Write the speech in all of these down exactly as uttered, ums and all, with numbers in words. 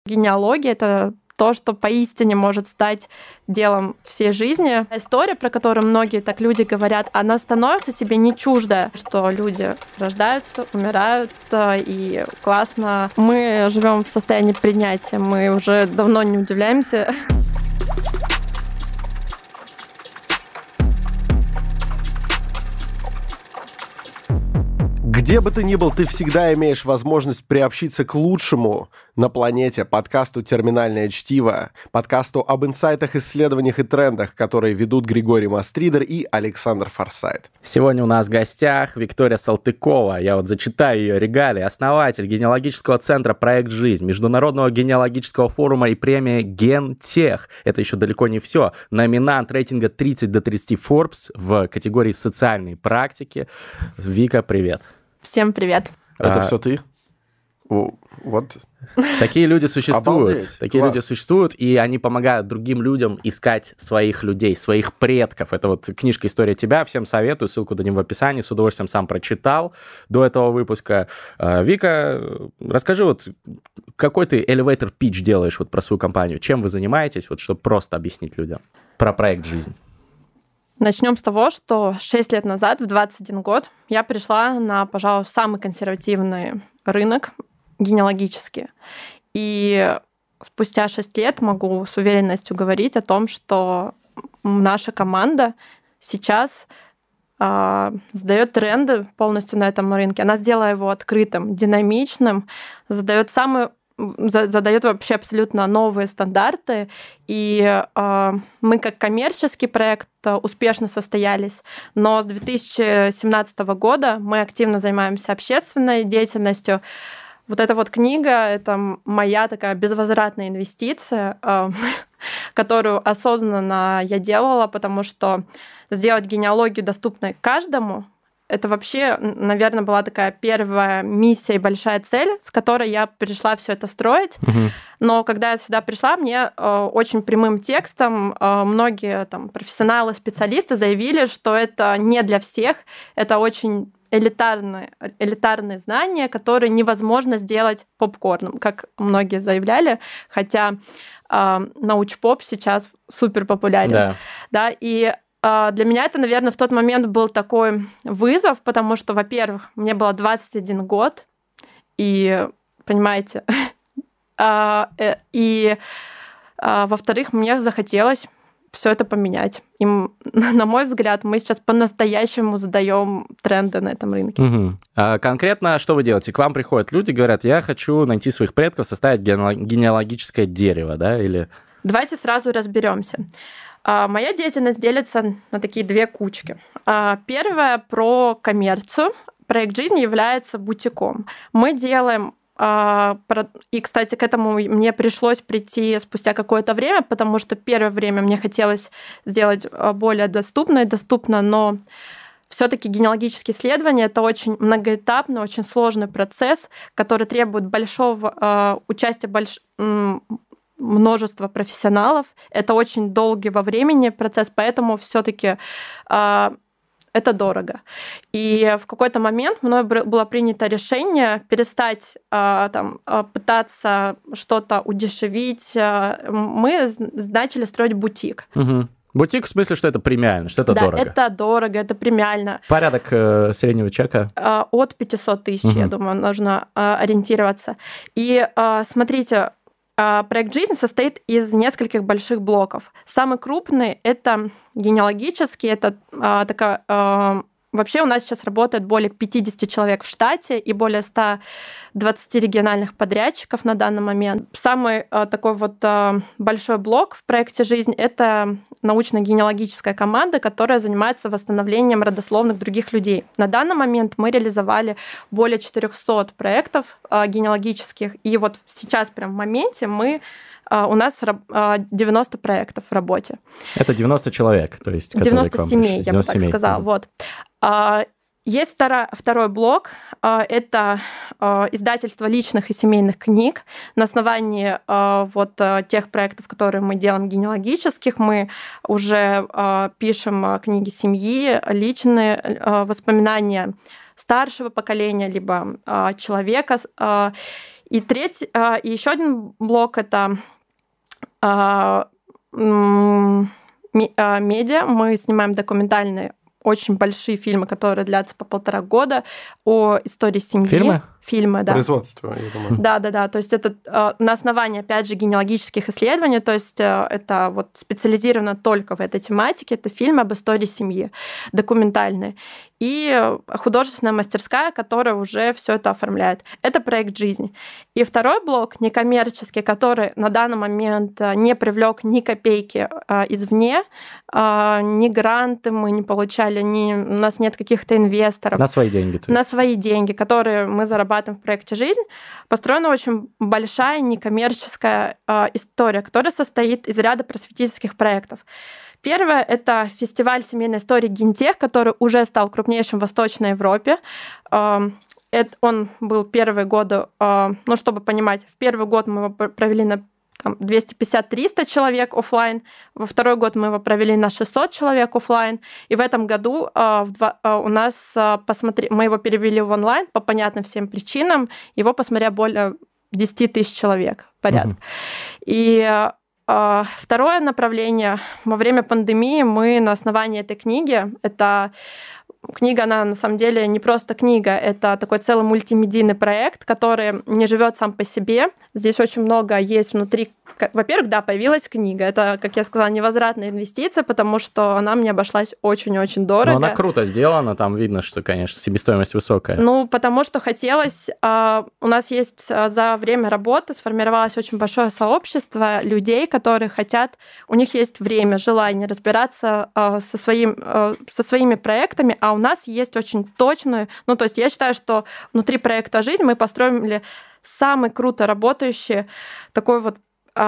Генеалогия — это то, что поистине может стать делом всей жизни. История, про которую многие так люди говорят, она становится тебе не чуждая, что люди рождаются, умирают, и классно. Мы живем в состоянии принятия, мы уже давно не удивляемся. Где бы ты ни был, ты всегда имеешь возможность приобщиться к лучшему на планете подкасту «Терминальное чтиво», подкасту об инсайтах, исследованиях и трендах, которые ведут Григорий Мастридер и Александр Форсайт. Сегодня у нас в гостях Виктория Салтыкова. Я вот зачитаю ее регалии. Основатель генеалогического центра «Проект Жизнь», Международного генеалогического форума и премии «Гентех». Это еще далеко не все. Номинант рейтинга тридцать до тридцати Forbes в категории «Социальные практики». Вика, привет. Всем привет. Это а... все ты? Вот. Такие люди существуют. Обалдеть. Такие Класс. люди существуют, и они помогают другим людям искать своих людей, своих предков. Это вот книжка «История тебя». Всем советую. Ссылку дадим в описании. С удовольствием сам прочитал до этого выпуска. Вика, расскажи, вот какой ты elevator pitch делаешь вот про свою компанию? Чем вы занимаетесь, вот, чтобы просто объяснить людям про проект «Жизнь»? Начнем с того, что шесть лет назад, в двадцать один год, я пришла на, пожалуй, самый консервативный рынок генеалогический. И спустя шесть лет могу с уверенностью говорить о том, что наша команда сейчас э, задает тренды полностью на этом рынке. Она сделала его открытым, динамичным, задает самые задает вообще абсолютно новые стандарты, и э, мы как коммерческий проект успешно состоялись, но с две тысячи семнадцатого года мы активно занимаемся общественной деятельностью. Вот эта вот книга — это моя такая безвозвратная инвестиция, э, которую осознанно я делала, потому что сделать генеалогию доступной каждому — это вообще, наверное, была такая первая миссия и большая цель, с которой я пришла все это строить. Uh-huh. Но когда я сюда пришла, мне э, очень прямым текстом э, многие там профессионалы, специалисты заявили, что это не для всех, это очень элитарные, элитарные знания, которые невозможно сделать попкорном, как многие заявляли, хотя э, научпоп сейчас супер популярен. Да. Да, и для меня это, наверное, в тот момент был такой вызов, потому что, во-первых, мне было двадцать один год, и, понимаете, и, во-вторых, мне захотелось все это поменять. И, на мой взгляд, мы сейчас по-настоящему задаем тренды на этом рынке. Угу. А конкретно что вы делаете? К вам приходят люди, говорят, я хочу найти своих предков, составить генеалогическое дерево, да, или... Давайте сразу разберемся. Моя деятельность делится на такие две кучки. Первая про коммерцию. Проект «Жизнь» является бутиком. Мы делаем... И, кстати, к этому мне пришлось прийти спустя какое-то время, потому что первое время мне хотелось сделать более доступно и доступно, но все-таки генеалогические исследования — это очень многоэтапный, очень сложный процесс, который требует большого участия больш... множество профессионалов. Это очень долгий во времени процесс, поэтому все-таки э, это дорого. И в какой-то момент мной было принято решение перестать э, там, пытаться что-то удешевить. Мы начали строить бутик. Угу. Бутик в смысле, что это премиально, что это да, дорого? Это дорого, это премиально. Порядок э, среднего чека? Э, от пятьсот тысяч, угу. Я думаю, нужно э, ориентироваться. И э, смотрите, проект «Жизнь» состоит из нескольких больших блоков. Самый крупный — это генеалогический, это а, такая... А, вообще у нас сейчас работает более пятьдесят человек в штате и более ста двадцати региональных подрядчиков на данный момент. Самый а, такой вот а, большой блок в проекте «Жизнь» — это научно-генеалогическая команда, которая занимается восстановлением родословных других людей. На данный момент мы реализовали более четырехсот проектов а, генеалогических, и вот сейчас прям в моменте мы у нас девяносто проектов в работе. Это девяносто человек, то есть, девяносто семей, я бы так сказала. Вот. Есть второй, второй блок, это издательство личных и семейных книг. На основании вот тех проектов, которые мы делаем генеалогических, мы уже пишем книги семьи, личные воспоминания старшего поколения, либо человека. И, третий, и еще один блок — это медиа. Мы снимаем документальные, очень большие фильмы, которые длятся по полтора года, о истории семьи. Фильмы? Фильмы, да. Производство, я думаю. Да, да, да. То есть это э, на основании, опять же, генеалогических исследований, то есть э, это вот специализировано только в этой тематике. Это фильмы об истории семьи, документальные. И художественная мастерская, которая уже все это оформляет. Это проект «Жизнь». И второй блок, некоммерческий, который на данный момент не привлек ни копейки э, извне, э, ни гранты мы не получали, ни, у нас нет каких-то инвесторов. На свои деньги. То есть. На свои деньги, которые мы зарабатываем в проекте «Жизнь», построена очень большая некоммерческая э, история, которая состоит из ряда просветительских проектов. Первое — это фестиваль семейной истории «Гинтех», который уже стал крупнейшим в Восточной Европе. Э, это, он был первые годы, э, ну, чтобы понимать, в первый год мы его провели на двести пятьдесят - триста человек офлайн. Во второй год мы его провели на шестьсот человек офлайн. И в этом году э, в два, э, у нас э, посмотри, мы его перевели в онлайн по понятным всем причинам. Его посмотрели более десять тысяч человек, порядка. Uh-huh. И э, второе направление. Во время пандемии мы на основании этой книги, это книга, она на самом деле не просто книга, это такой целый мультимедийный проект, который не живет сам по себе. Здесь очень много есть внутри. Во-первых, да, появилась книга. Это, как я сказала, невозвратная инвестиция, потому что она мне обошлась очень-очень дорого. Но она круто сделана, там видно, что, конечно, себестоимость высокая. Ну, потому что хотелось... У нас есть за время работы сформировалось очень большое сообщество людей, которые хотят... У них есть время, желание разбираться со, своим, со своими проектами, а у нас есть очень точные... Ну, то есть я считаю, что внутри проекта «Жизнь» мы построили самый круто работающий такой вот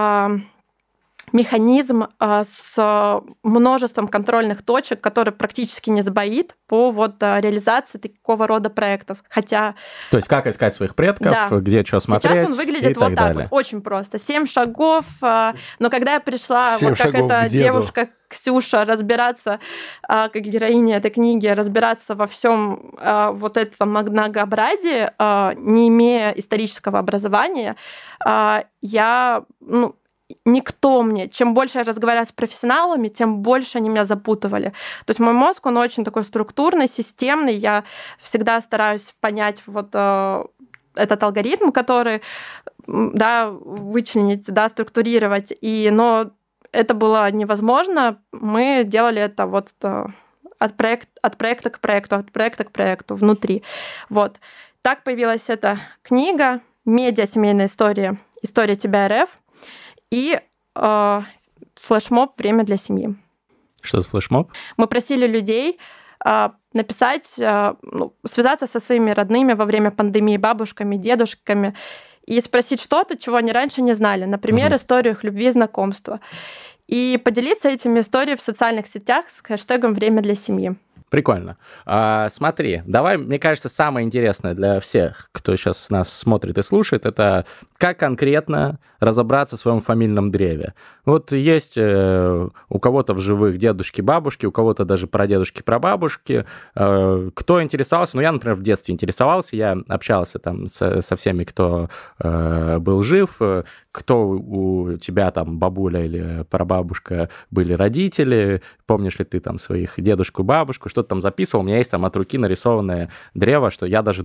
механизм с множеством контрольных точек, который практически не сбоит по вот реализации такого рода проектов. Хотя... То есть как искать своих предков, да. где что смотреть. Сейчас он выглядит вот так, так вот, очень просто. Семь шагов. Но когда я пришла, вот как эта девушка Ксюша, разбираться, как героиня этой книги, разбираться во всем вот этом многообразии, не имея исторического образования, я... Ну, никто мне, чем больше я разговаривала с профессионалами, тем больше они меня запутывали. То есть мой мозг, он очень такой структурный, системный. Я всегда стараюсь понять вот э, этот алгоритм, который, да, вычленить, да, структурировать. И, но это было невозможно. Мы делали это вот э, от, проект, от проекта к проекту, от проекта к проекту внутри. Вот. Так появилась эта книга «Медиа. Семейная история. История тебя РФ». И э, флешмоб «Время для семьи». Что за флешмоб? Мы просили людей э, написать, э, ну, связаться со своими родными во время пандемии, бабушками, дедушками, и спросить что-то, чего они раньше не знали. Например, угу. историю их любви и знакомства. И поделиться этими историями в социальных сетях с хэштегом «Время для семьи». Прикольно. А, смотри, давай, мне кажется, самое интересное для всех, кто сейчас нас смотрит и слушает, это как конкретно разобраться в своем фамильном древе. Вот есть э, у кого-то в живых дедушки, бабушки, у кого-то даже прадедушки, прабабушки. Э, кто интересовался? Ну, я, например, в детстве интересовался, я общался там со, со всеми, кто э, был жив, кто у тебя там бабуля или прабабушка были родители, помнишь ли ты там своих дедушку, бабушку, что-то там записывал, у меня есть там от руки нарисованное древо, что я даже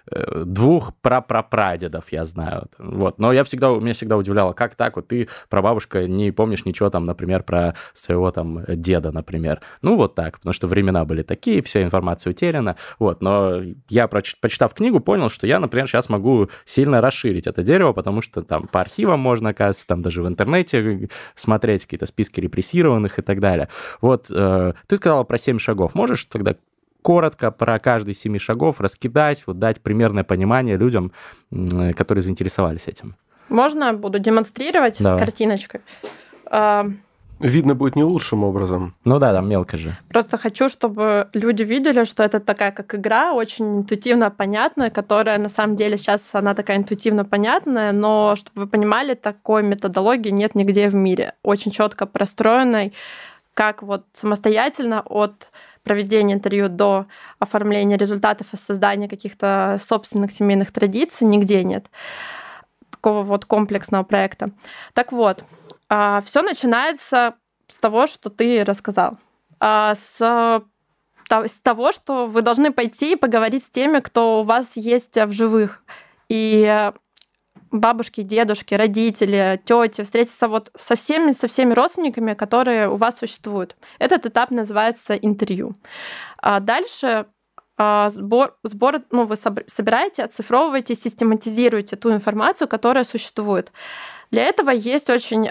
двух прапрапрадедов я знаю. Вот. Но я всегда, меня всегда удивляло, как так вот ты, прабабушка, не помнишь ничего там, например, про своего там деда, например. Ну, вот так, потому что времена были такие, вся информация утеряна. Вот. Но я, прочитав книгу, понял, что я, например, сейчас могу сильно расширить это дерево, потому что там по архивам можно, оказывается, там даже в интернете смотреть какие-то списки репрессированных и так далее. Вот э, ты сказала про семь шагов. Можешь тогда коротко про каждый из семи шагов раскидать, вот дать примерное понимание людям, которые заинтересовались этим? Можно буду демонстрировать Давай. С картиночкой. Видно будет не лучшим образом. Ну да, там мелко же. Просто хочу, чтобы люди видели, что это такая как игра, очень интуитивно понятная, которая на самом деле сейчас она такая интуитивно понятная, но чтобы вы понимали, такой методологии нет нигде в мире. Очень четко простроенной, как вот самостоятельно от проведения интервью до оформления результатов и создания каких-то собственных семейных традиций нигде нет. такого вот комплексного проекта. Так вот, все начинается с того, что ты рассказал. С, с того, что вы должны пойти и поговорить с теми, кто у вас есть в живых. И бабушки, дедушки, родители, тети, встретиться вот со всеми, со всеми родственниками, которые у вас существуют. Этот этап называется интервью. А дальше сбор, сбор ну, вы собираете, оцифровываете, систематизируете ту информацию, которая существует. Для этого есть очень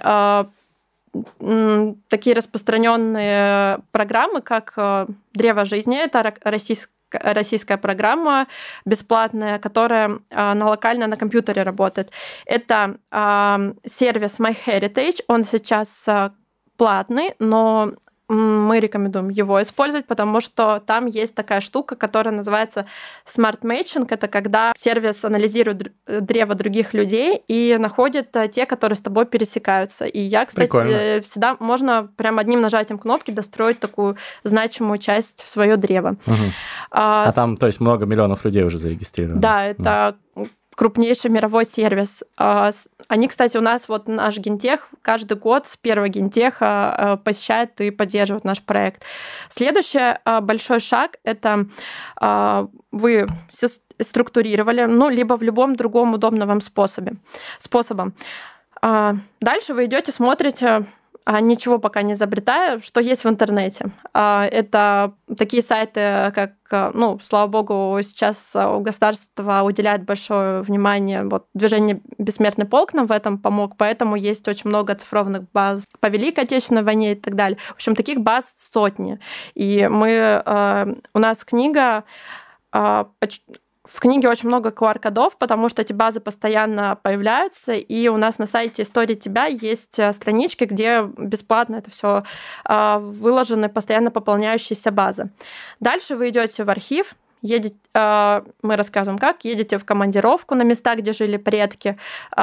такие распространенные программы, как «Древо жизни». Это российская российская программа бесплатная, которая э, на локально на компьютере работает. Это э, сервис MyHeritage, он сейчас э, платный, но мы рекомендуем его использовать, потому что там есть такая штука, которая называется Smart Matching. Это когда сервис анализирует древо других людей и находит те, которые с тобой пересекаются. И я, кстати, Прикольно. всегда можно прям одним нажатием кнопки достроить такую значимую часть в свое древо. Угу. А, а там, то есть, много миллионов людей уже зарегистрировано. Да, это... Угу. крупнейший мировой сервис. Они, кстати, у нас вот наш Гентех каждый год с первого Гентеха посещает и поддерживает наш проект. Следующий большой шаг — это вы структурировали, ну, либо в любом другом удобном вам способе, способом. Дальше вы идете, смотрите, ничего пока не изобретая, что есть в интернете. Это такие сайты, как, ну, слава богу, сейчас государство уделяет большое внимание. Вот движение «Бессмертный полк» нам в этом помог, поэтому есть очень много оцифрованных баз по Великой Отечественной войне и так далее. В общем, таких баз сотни. И мы, у нас книга... В книге очень много ку ар-кодов, потому что эти базы постоянно появляются, и у нас на сайте «История тебя» есть странички, где бесплатно это все выложены, постоянно пополняющиеся базы. Дальше вы идете в архив, едете, мы расскажем, как, едете в командировку на места, где жили предки,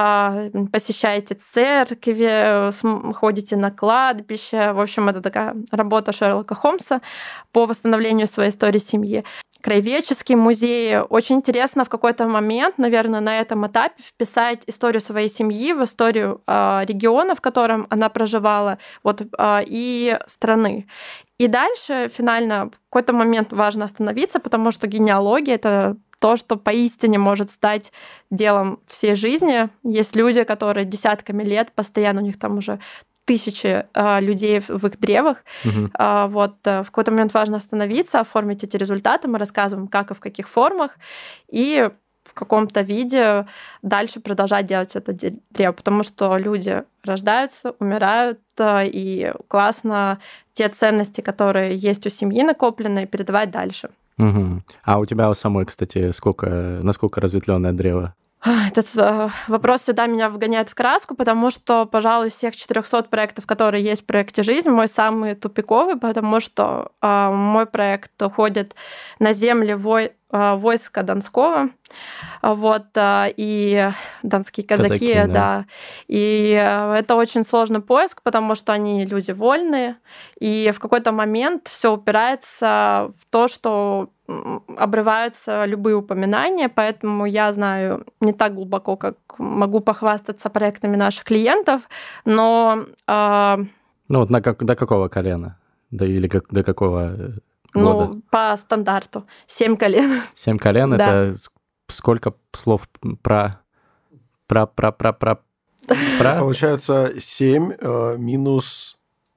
посещаете церкви, ходите на кладбище. В общем, это такая работа Шерлока Холмса по восстановлению своей истории семьи. Краеведческие музеи. Очень интересно в какой-то момент, наверное, на этом этапе вписать историю своей семьи в историю э, региона, в котором она проживала, вот, э, и страны. И дальше, финально, в какой-то момент важно остановиться, потому что генеалогия — это то, что поистине может стать делом всей жизни. Есть люди, которые десятками лет, постоянно у них там уже тысячи э, людей в их древах. Uh-huh. Э, вот, э, в какой-то момент важно остановиться, оформить эти результаты. Мы рассказываем, как и в каких формах, и в каком-то виде дальше продолжать делать это древо, потому что люди рождаются, умирают, э, и классно те ценности, которые есть у семьи накопленные, передавать дальше. Uh-huh. А у тебя у самой, кстати, сколько, насколько разветвленное древо? Этот э, вопрос всегда меня вгоняет в краску, потому что, пожалуй, из всех четырехсот проектов, которые есть в проекте «Жизнь», мой самый тупиковый, потому что э, мой проект уходит на земли вой, э, войска Донского, вот, э, и донские казаки, казаки да. да. И э, это очень сложный поиск, потому что они люди вольные, и в какой-то момент все упирается в то, что обрываются любые упоминания, поэтому я знаю не так глубоко, как могу похвастаться проектами наших клиентов, но... Э, ну вот на как, до какого колена? Да, или как, до какого года? Ну, по стандарту. Семь колен. Семь колен? Да. Это сколько слов про... про... про... про... про... про? Получается, семь э, минус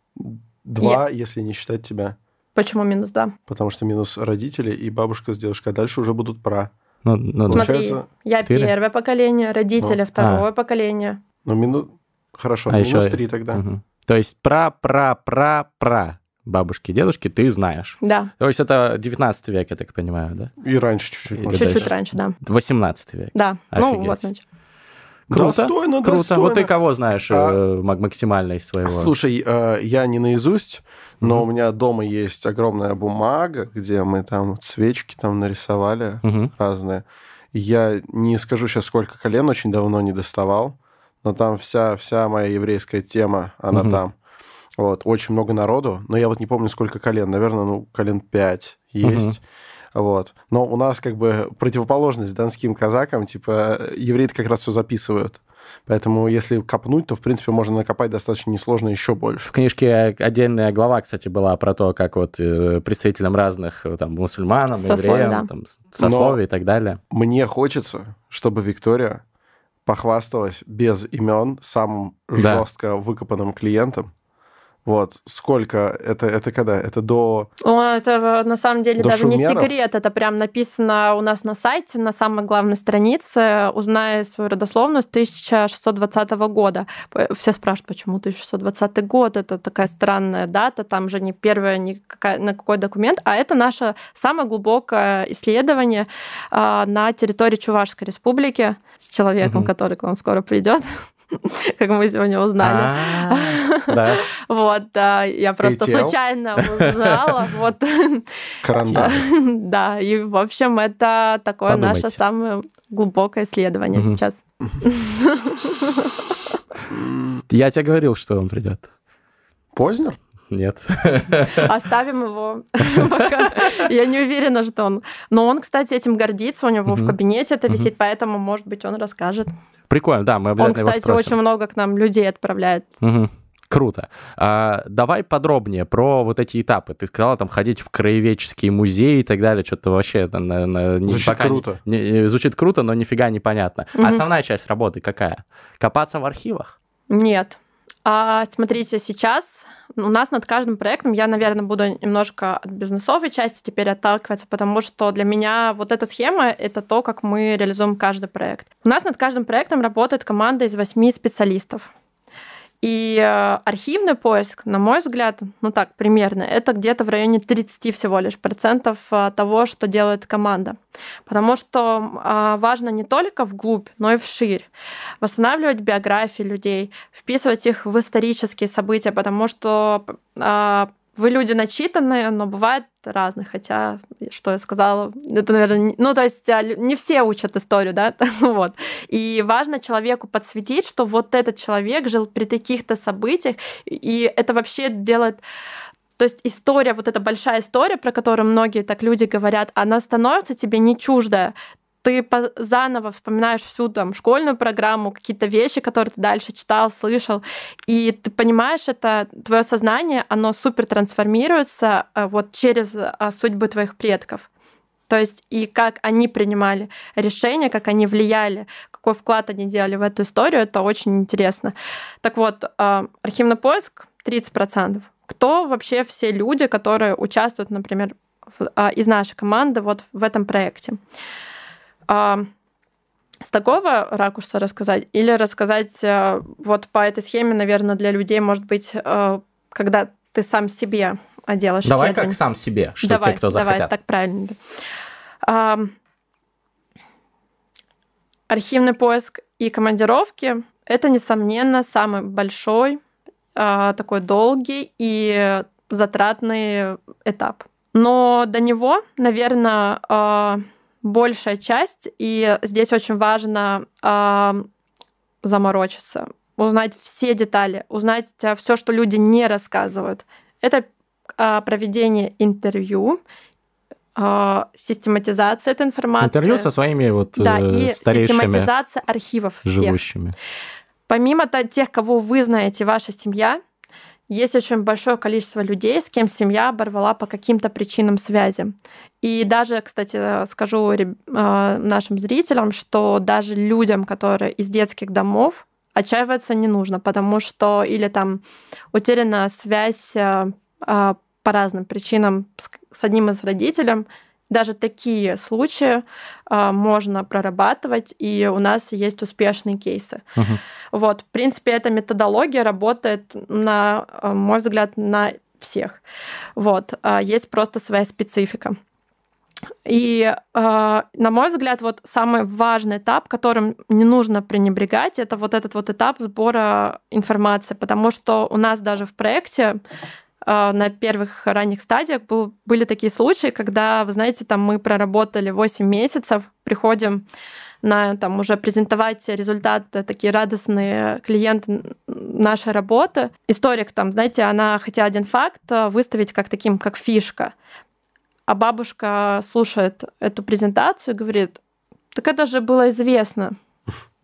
два, Я... если не считать тебя. Почему минус, да? Потому что минус родители и бабушка с дедушкой, а дальше уже будут пра. Ну, ну, Смотри, я четыре? Первое поколение, родители ну. второе а. поколение. Ну, минус... Хорошо, а минус три тогда. Угу. То есть пра-пра-пра-пра бабушки и дедушки ты знаешь. Да. То есть это девятнадцатый век, я так понимаю, да? И раньше чуть-чуть. Или чуть-чуть дальше. Раньше, да. восемнадцатый век. Да. Офигеть. Ну, вот, значит. Круто, достойно, круто. Достойно. Вот ты кого знаешь а, максимально из своего? Слушай, я не наизусть, но mm-hmm. у меня дома есть огромная бумага, где мы там свечки там нарисовали mm-hmm. разные. Я не скажу сейчас, сколько колен, очень давно не доставал, но там вся, вся моя еврейская тема, она mm-hmm. там. Вот, очень много народу, но я вот не помню, сколько колен. Наверное, ну, колен пять есть. Mm-hmm. Вот. Но у нас как бы противоположность донским казакам, типа евреи как раз все записывают. Поэтому если копнуть, то, в принципе, можно накопать достаточно несложно еще больше. В книжке отдельная глава, кстати, была про то, как вот представителям разных там, мусульманам, сословий, евреям, да. там, сословий и так далее. Мне хочется, чтобы Виктория похвасталась без имен самым да. жестко выкопанным клиентом. Вот, сколько, это, это когда? Это до... О, это на самом деле до даже шумеров? Не секрет, это прям написано у нас на сайте, на самой главной странице, узнай свою родословную с тысяча шестьсот двадцатого года. Все спрашивают, почему тысяча шестьсот двадцатый год, это такая странная дата, там же не первая ни какая, на какой документ, а это наше самое глубокое исследование на территории Чувашской республики с человеком, угу. который к вам скоро придет. Как мы сегодня узнали. Вот, да, я просто случайно узнала. Вот. Карандаш. Да, и, в общем, это такое наше самое глубокое исследование сейчас. Я тебе говорил, что он придет. Познер? Нет. Оставим его пока. Я не уверена, что он... Но он, кстати, этим гордится, у него uh-huh. в кабинете это висит, uh-huh. поэтому, может быть, он расскажет. Прикольно, да, мы обязательно его спросим. Он, кстати, очень много к нам людей отправляет. Uh-huh. Круто. А, давай подробнее про вот эти этапы. Ты сказала, там, ходить в краеведческий музей и так далее, что-то вообще... Это, на, на, не, звучит круто. Не, не, звучит круто, но нифига непонятно. Uh-huh. Основная часть работы какая? Копаться в архивах? Нет. А, смотрите, сейчас у нас над каждым проектом, я, наверное, буду немножко от бизнесовой части теперь отталкиваться, потому что для меня вот эта схема — это то, как мы реализуем каждый проект. У нас над каждым проектом работает команда из восьми специалистов. И архивный поиск, на мой взгляд, ну так, примерно, это где-то в районе тридцать всего лишь процентов того, что делает команда. Потому что важно не только вглубь, но и вширь. Восстанавливать биографии людей, вписывать их в исторические события, потому что вы люди начитанные, но бывает разных, хотя, что я сказала, это, наверное, не, ну, то есть не все учат историю, да, вот. И важно человеку подсветить, что вот этот человек жил при таких-то событиях, и это вообще делает... То есть история, вот эта большая история, про которую многие так люди говорят, она становится тебе не чуждая. Ты заново вспоминаешь всю там школьную программу, какие-то вещи, которые ты дальше читал, слышал, и ты понимаешь, это твое сознание, оно супер трансформируется вот через судьбы твоих предков. То есть и как они принимали решения, как они влияли, какой вклад они делали в эту историю, это очень интересно. Так вот, архивный поиск тридцать процентов. Кто вообще все люди, которые участвуют, например, из нашей команды вот в этом проекте? С такого ракурса рассказать или рассказать вот по этой схеме, наверное, для людей, может быть, когда ты сам себе делаешь Давай исследование. Как сам себе, что давай, те, кто захотят. Давай, так правильно. Архивный поиск и командировки — это, несомненно, самый большой, такой долгий и затратный этап. Но до него, наверное, большая часть, и здесь очень важно э, заморочиться, узнать все детали, узнать все, что люди не рассказывают. Это э, проведение интервью, э, систематизация этой информации. Интервью со своими вот да, э, и старейшими систематизация архивов живущими. Всех. Помимо тех, кого вы знаете, ваша семья, есть очень большое количество людей, с кем семья оборвала по каким-то причинам связи. И даже, кстати, скажу нашим зрителям, что даже людям, которые из детских домов, отчаиваться не нужно, потому что или там утеряна связь по разным причинам с одним из родителей. Даже такие случаи э, можно прорабатывать, и у нас есть успешные кейсы. Uh-huh. Вот, в принципе, эта методология работает, на мой взгляд, на всех. Вот, э, есть просто своя специфика. И, э, на мой взгляд, вот самый важный этап, которым не нужно пренебрегать, это вот этот вот этап сбора информации, потому что у нас даже в проекте на первых ранних стадиях был, были такие случаи, когда, вы знаете, там мы проработали восемь месяцев, приходим на там, уже презентовать результаты, такие радостные клиенты нашей работы. Историк, там, знаете, она хотела один факт выставить как таким, как фишка, а бабушка слушает эту презентацию и говорит: так это же было известно.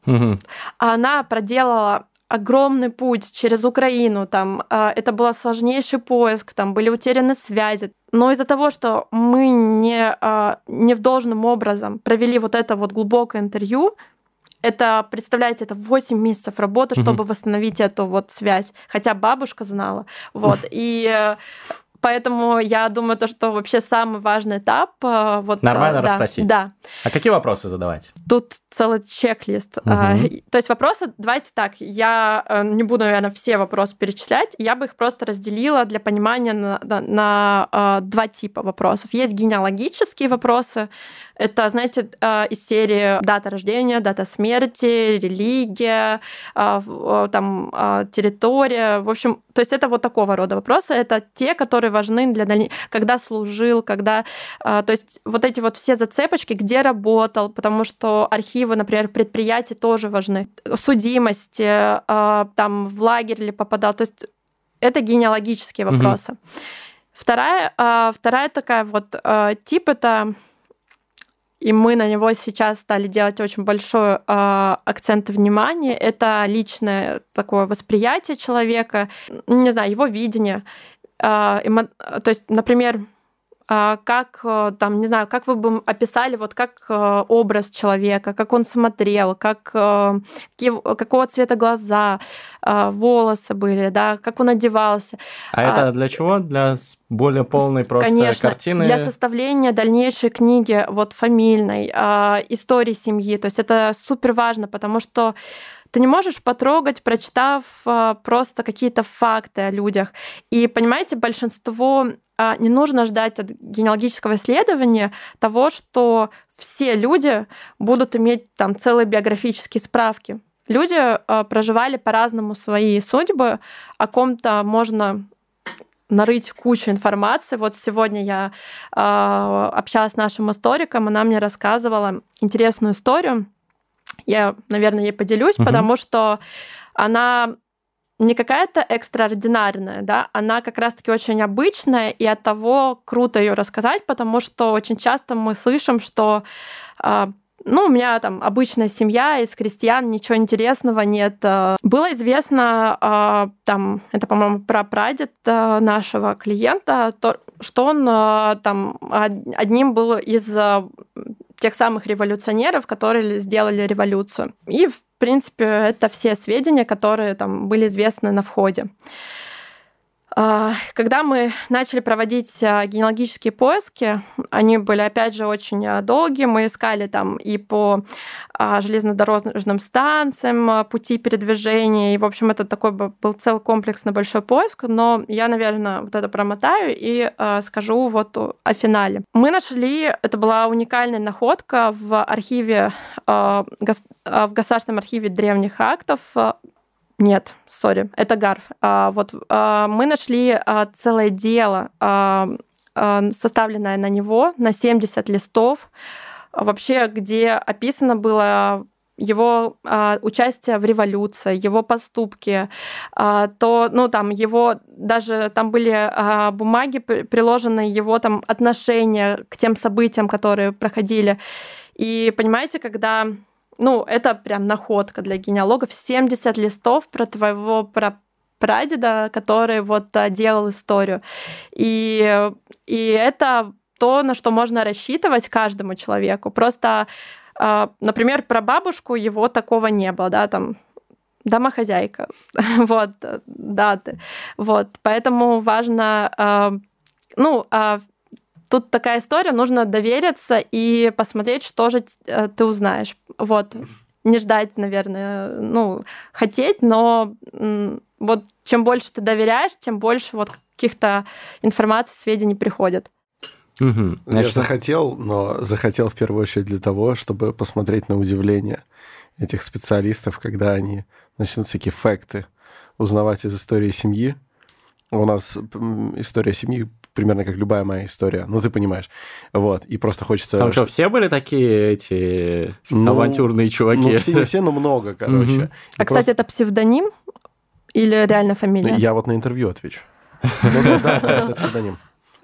Угу. Она проделала огромный путь через Украину, там, это был сложнейший поиск, там были утеряны связи. Но из-за того, что мы не, не в должным образом провели вот это вот глубокое интервью, это, представляете, это восемь месяцев работы, чтобы mm-hmm. восстановить эту вот связь. Хотя бабушка знала. Вот. И поэтому я думаю, то, что вообще самый важный этап... Вот, Нормально да, расспросить. Да. А какие вопросы задавать? Тут целый чек-лист. Uh-huh. То есть вопросы, давайте так, я не буду, наверное, все вопросы перечислять, я бы их просто разделила для понимания на, на, на uh, два типа вопросов. Есть генеалогические вопросы, это, знаете, uh, из серии дата рождения, дата смерти, религия, uh, там, uh, территория, в общем, то есть это вот такого рода вопросы, это те, которые важны для дальнейшего, когда служил, когда, uh, то есть вот эти вот все зацепочки, где работал, потому что архив, например, предприятия тоже важны. Судимость, там, в лагерь ли попадал. То есть это генеалогические вопросы. Mm-hmm. Вторая, вторая такая вот тип, это, и мы на него сейчас стали делать очень большой акцент внимания, это личное такое восприятие человека, не знаю, его видение. То есть, например, как, там, не знаю, как вы бы описали, вот как образ человека, как он смотрел, как, какие, какого цвета глаза, волосы были, да, как он одевался. А это для чего? Для более полной просто Конечно, картины? Для составления дальнейшей книги, вот, фамильной, истории семьи. То есть это супер важно, потому что ты не можешь потрогать, прочитав просто какие-то факты о людях. И, понимаете, большинство... Не нужно ждать от генеалогического исследования того, что все люди будут иметь там целые биографические справки. Люди проживали по-разному свои судьбы, о ком-то можно нарыть кучу информации. Вот сегодня я общалась с нашим историком, она мне рассказывала интересную историю. Я, наверное, ей поделюсь, угу. потому что она... не какая-то экстраординарная, да, она как раз-таки очень обычная, и оттого круто ее рассказать, потому что очень часто мы слышим, что ну, у меня там обычная семья из крестьян, ничего интересного нет. Было известно, там, это, по-моему, прапрадед нашего клиента, то, что он там одним был из тех самых революционеров, которые сделали революцию. И, в принципе, это все сведения, которые там были известны на входе. Когда мы начали проводить генеалогические поиски, они были, опять же, очень долгие. Мы искали там и по железнодорожным станциям пути передвижения. И, в общем, это такой был целый комплексный большой поиск. Но я, наверное, вот это промотаю и скажу вот о финале. Мы нашли, это была уникальная находка в архиве, в Государственном архиве древних актов. Нет, сори, это Гарф. А, вот а, мы нашли а, целое дело, а, а, составленное на него, на семьдесят листов, а, вообще, где описано было его а, участие в революции, его поступки, а, то, ну, там, его, даже там были а, бумаги, приложенные его там отношения к тем событиям, которые проходили. И, понимаете, когда... Ну, это прям находка для генеалогов. семьдесят листов про твоего прадеда, который вот делал историю. И, и это то, на что можно рассчитывать каждому человеку. Просто, например, про бабушку его такого не было, да, там, домохозяйка, вот, даты. Вот, поэтому важно, ну, тут такая история, нужно довериться и посмотреть, что же ты узнаешь. Вот. Не ждать, наверное, ну, хотеть, но вот чем больше ты доверяешь, тем больше вот каких-то информаций, сведений приходит. Угу. Я захотел, но захотел в первую очередь для того, чтобы посмотреть на удивление этих специалистов, когда они начнут всякие факты узнавать из истории семьи. У нас история семьи примерно как любая моя история, ну, ты понимаешь. Вот, и просто хочется... Там что, все были такие эти ну, авантюрные чуваки? Ну, все, не все, но много, короче. Mm-hmm. А, просто... кстати, это псевдоним или реально фамилия? Я вот на интервью отвечу. Ну, да, да, это псевдоним.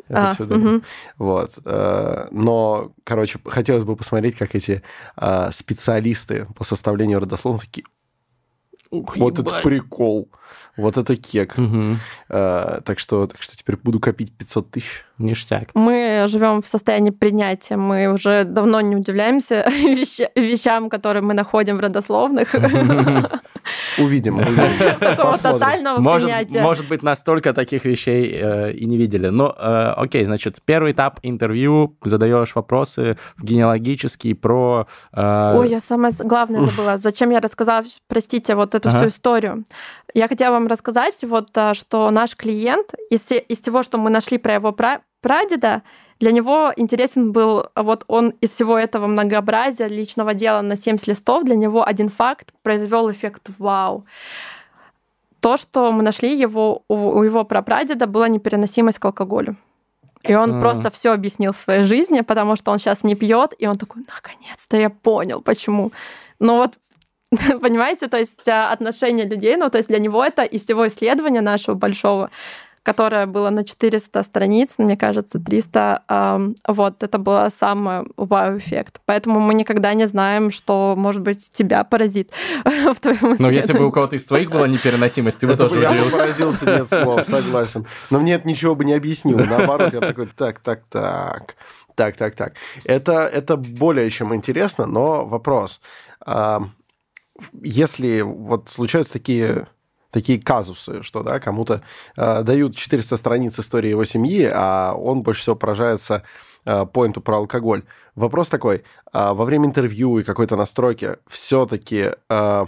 Это А, псевдоним. мгм. Вот. э, Но, короче, хотелось бы посмотреть, как эти э, специалисты по составлению родословных такие: Ух, вот ебать. это прикол, вот это кек. Мгм. Э, Так что, так что теперь буду копить пятьсот тысяч. Ништяк. Мы живем в состоянии принятия. Мы уже давно не удивляемся веща- вещам, которые мы находим в родословных. Увидим. увидим. Такого Посмотрим. тотального Может, принятия. может быть, настолько таких вещей э, и не видели. Ну, э, окей, значит, первый этап интервью, задаешь вопросы генеалогические про... э, Ой, я самое с- главное забыла. Зачем я рассказала, простите, вот эту Ага. всю историю. Я хотела вам рассказать, вот, а, что наш клиент, из, се- из всего, что мы нашли про его пра- прадеда, для него интересен был, а вот он из всего этого многообразия личного дела на семьдесят листов, для него один факт произвел эффект «вау». То, что мы нашли, его, у, у его прапрадеда была непереносимость к алкоголю. И он М. просто все объяснил в своей жизни, потому что он сейчас не пьет, и он такой: наконец-то я понял, почему. Ну вот, понимаете, то есть а, отношение людей, ну то есть для него это из всего исследования нашего большого, которое было на четыреста страниц, мне кажется, триста, ам, вот, это был самый вау-эффект. Поэтому мы никогда не знаем, что, может быть, тебя поразит в твоем Ну, если бы у исследовании. кого-то из твоих была непереносимость, ты бы Это тоже бы я бы удивился. поразился, нет слов, согласен. Но мне это ничего бы не объяснило. Наоборот, я такой: так, так, так, так, так, так. Это, это более чем интересно, но вопрос. А, Если вот случаются такие... такие казусы, что да, кому-то э, дают четыреста страниц истории его семьи, а он больше всего поражается э, поинту про алкоголь. Вопрос такой: э, во время интервью и какой-то настройки все-таки э,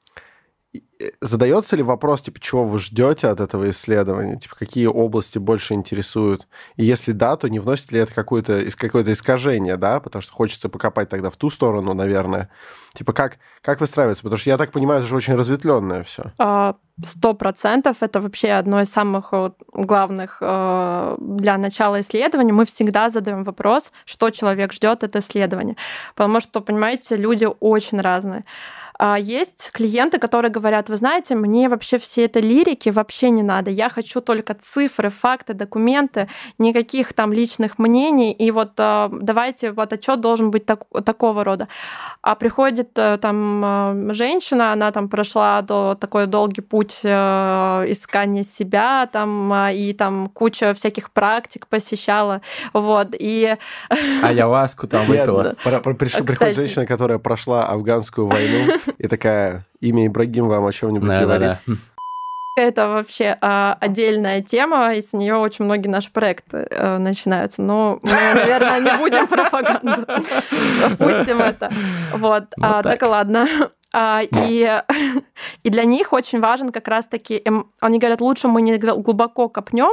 задается ли вопрос, типа, чего вы ждете от этого исследования, типа, какие области больше интересуют? И если да, то не вносит ли это какое-то, ис- какое-то искажение, да, потому что хочется покопать тогда в ту сторону, наверное. Типа, как, как выстраивается? Потому что я так понимаю, это же очень разветвленное все. А, Сто процентов это вообще одно из самых вот главных э, для начала исследования. Мы всегда задаем вопрос, что человек ждет от исследования. Потому что, понимаете, люди очень разные. А есть клиенты, которые говорят: вы знаете, мне вообще все это лирики вообще не надо. Я хочу только цифры, факты, документы, никаких там личных мнений. И вот э, давайте, вот отчет должен быть так, такого рода. А приходит э, там э, женщина, она там прошла до, такой долгий путь э, искания себя, там, э, и там куча всяких практик посещала. Вот, и... Ayahuasку там Нет, выпила. про- про- приш- А, Приходит кстати- женщина, которая прошла афганскую войну, и такая: имя Ибрагим вам о чем-нибудь говорит. Да-да-да. Это вообще а, отдельная тема, и с нее очень многие наши проекты э, начинаются. Но мы, наверное, не будем пропаганду. Опустим это. Вот. Ну, а, так. так и ладно. А, и, и для них очень важен как раз-таки... эм, Они говорят: лучше мы не глубоко копнем,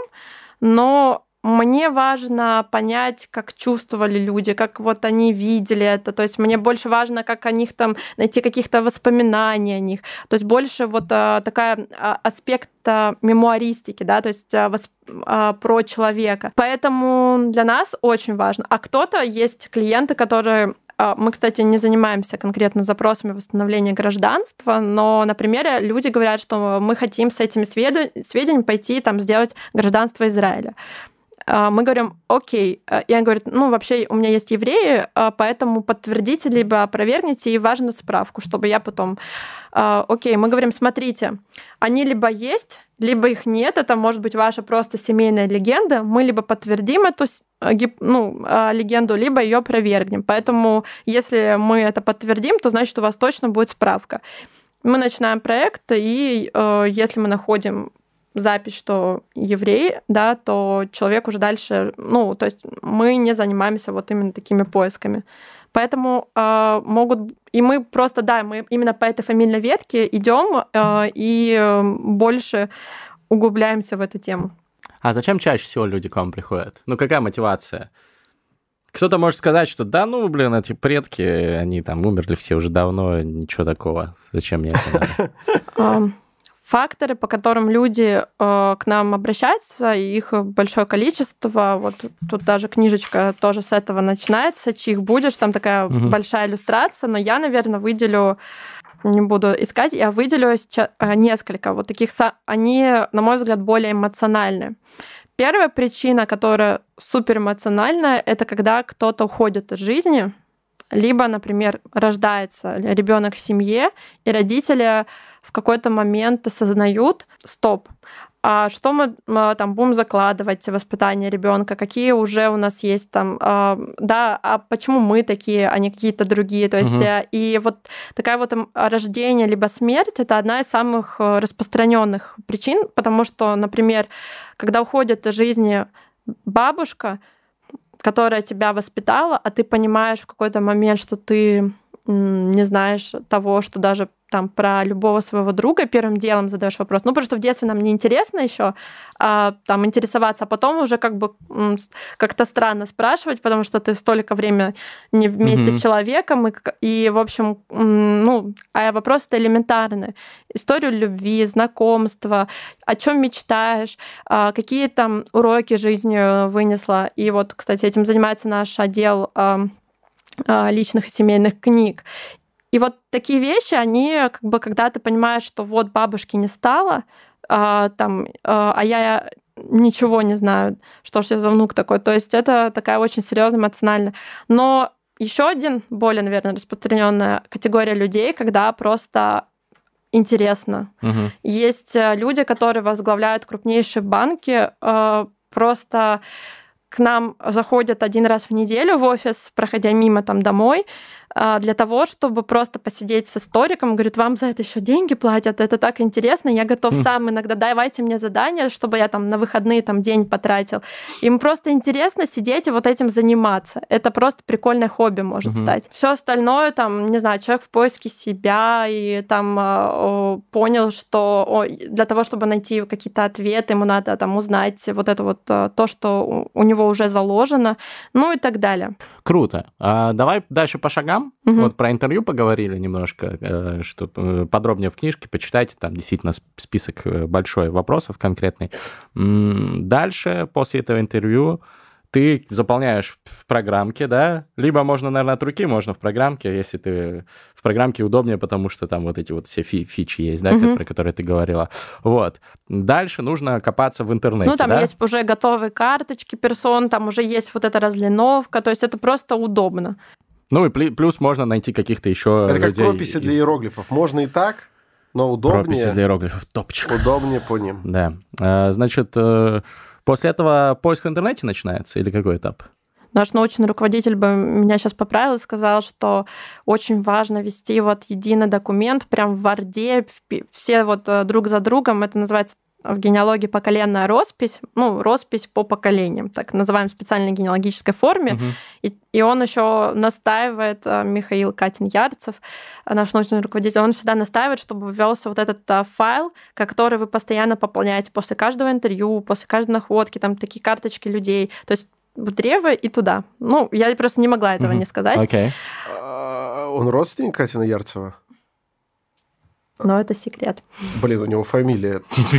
но мне важно понять, как чувствовали люди, как вот они видели это. То есть мне больше важно, как о них там найти каких-то воспоминаний о них. То есть больше вот а, такая а, аспект а, мемуаристики, да, то есть а, восп- а, про человека. Поэтому для нас очень важно. А кто-то есть клиенты, которые... а, Мы, кстати, не занимаемся конкретно запросами восстановления гражданства, но, например, люди говорят, что мы хотим с этими сведу- сведениями пойти там сделать гражданство Израиля. А, Мы говорим: окей. И он говорит: ну, вообще, у меня есть евреи, а, поэтому подтвердите, либо опровергните, и важно справку, чтобы я потом... А, Окей, мы говорим: смотрите, они либо есть, либо их нет, это может быть ваша просто семейная легенда, мы либо подтвердим эту с- а, гип- ну, а, легенду, либо ее опровергнем. Поэтому, если мы это подтвердим, то значит, у вас точно будет справка. Мы начинаем проект, и э, если мы находим запись, что еврей, да, то человек уже дальше, ну, то есть мы не занимаемся вот именно такими поисками. Поэтому э, могут... И мы просто, да, мы именно по этой фамильной ветке идем э, и э, больше углубляемся в эту тему. А зачем чаще всего люди к вам приходят? Ну, какая мотивация? Кто-то может сказать, что да, ну, блин, эти предки, они там умерли все уже давно, ничего такого. Зачем мне это надо? Факторы, по которым люди э, к нам обращаются, их большое количество. Вот тут даже книжечка тоже с этого начинается. «Чьих будешь», там такая Мгм. большая иллюстрация, но я, наверное, выделю, не буду искать, я выделю сейчас несколько вот таких, са- они, на мой взгляд, более эмоциональные. Первая причина, которая суперэмоциональная, это когда кто-то уходит из жизни, либо, например, рождается ребенок в семье, и родители в какой-то момент осознают: стоп, а что мы там будем закладывать в воспитание ребенка, какие уже у нас есть там, да, а почему мы такие, а не какие-то другие. То есть, угу. И вот такая вот рождение либо смерть — это одна из самых распространенных причин, потому что, например, когда уходит из жизни бабушка, которая тебя воспитала, а ты понимаешь в какой-то момент, что ты не знаешь того, что даже там про любого своего друга первым делом задаешь вопрос. Ну, потому что в детстве нам не интересно еще а, там интересоваться, а потом уже как бы как-то странно спрашивать, потому что ты столько времени не вместе mm-hmm. с человеком, и, и, в общем, ну, а вопросы-то элементарные. Историю любви, знакомства, о чем мечтаешь, а, какие там уроки жизни вынесла. И вот, кстати, этим занимается наш отдел а, а, личных и семейных книг. И вот такие вещи, они как бы, когда ты понимаешь, что вот бабушки не стало, а, там, а я ничего не знаю, что ж я за внук такой. То есть это такая очень серьезная эмоциональная. Но еще один более, наверное, распространенная категория людей, когда просто интересно. Угу. Есть люди, которые возглавляют крупнейшие банки, просто к нам заходят один раз в неделю в офис, проходя мимо там домой, для того, чтобы просто посидеть с историком. Говорит: вам за это еще деньги платят, это так интересно, я готов сам иногда, давайте мне задание, чтобы я там на выходные там день потратил. Им просто интересно сидеть и вот этим заниматься. Это просто прикольное хобби может uh-huh. стать. Все остальное, там, не знаю, человек в поиске себя и там о, понял, что о, для того, чтобы найти какие-то ответы, ему надо там узнать вот это вот то, что у него уже заложено, ну и так далее. Круто. А, давай дальше по шагам. Угу. Вот про интервью поговорили немножко, что подробнее в книжке почитайте, там действительно список большой вопросов конкретный. Дальше, после этого интервью, ты заполняешь в программке, да, либо можно, наверное, от руки, можно в программке, если ты в программке удобнее, потому что там вот эти вот все фи- фичи есть, да, uh-huh. про которые ты говорила. Вот. Дальше нужно копаться в интернете, Ну, там да? есть уже готовые карточки персон, там уже есть вот эта разлиновка, то есть это просто удобно. Ну, и плюс можно найти каких-то еще это людей. Это как прописи из... для иероглифов. Можно и так, но удобнее. Прописи для иероглифов, топчик. Удобнее по ним. Да. Значит... После этого поиск в интернете начинается или какой этап? Наш научный руководитель бы меня сейчас поправил и сказал, что очень важно вести вот единый документ прям в Word, все вот друг за другом. Это называется в генеалогии поколенная роспись, ну, роспись по поколениям, так называем в специальной генеалогической форме. Uh-huh. И, и он еще настаивает, Михаил Катин-Ярцев, наш научный руководитель, он всегда настаивает, чтобы ввелся вот этот файл, который вы постоянно пополняете после каждого интервью, после каждой находки, там такие карточки людей. То есть в древо и туда. Ну, я просто не могла этого uh-huh. не сказать. Okay. А, он родственник Катина-Ярцева? Но это секрет. Блин, у него фамилия.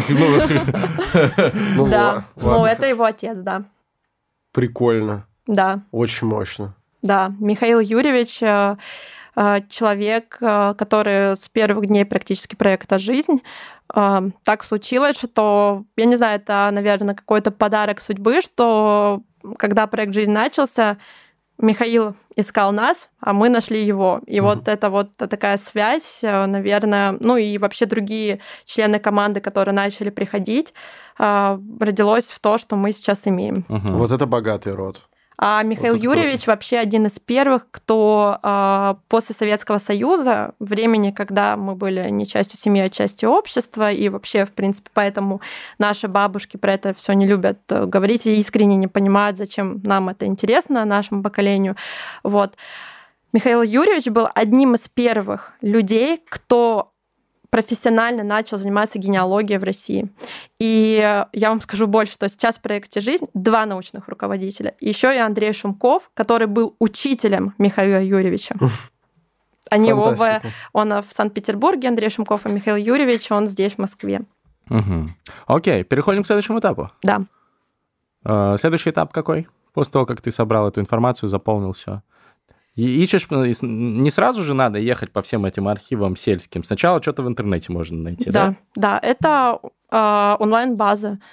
Да, ну это его отец, да. Прикольно. Да. Очень мощно. Да, Михаил Юрьевич человек, который с первых дней практически проекта «Жизнь». Так случилось, что, я не знаю, это, наверное, какой-то подарок судьбы, что когда проект «Жизнь» начался, Михаил искал нас, а мы нашли его. И угу. вот это вот такая связь, наверное, ну и вообще другие члены команды, которые начали приходить, родилось в то, что мы сейчас имеем. Угу. Вот это богатый род. А Михаил вот Юрьевич круто. Вообще один из первых, кто э, после Советского Союза, времени, когда мы были не частью семьи, а частью общества, и вообще, в принципе, поэтому наши бабушки про это все не любят говорить и искренне не понимают, зачем нам это интересно, нашему поколению. Вот. Михаил Юрьевич был одним из первых людей, кто профессионально начал заниматься генеалогией в России. И я вам скажу больше, что сейчас в проекте «Жизнь» два научных руководителя. Еще и Андрей Шумков, который был учителем Михаила Юрьевича. Они оба, он в Санкт-Петербурге, Андрей Шумков, и Михаил Юрьевич, он здесь, в Москве. Угу. Окей, переходим к следующему этапу. Да. Следующий этап какой? После того, как ты собрал эту информацию, заполнил все. Ищешь, не сразу же надо ехать по всем этим архивам сельским. Сначала что-то в интернете можно найти, да? Да, да, это э, онлайн-база.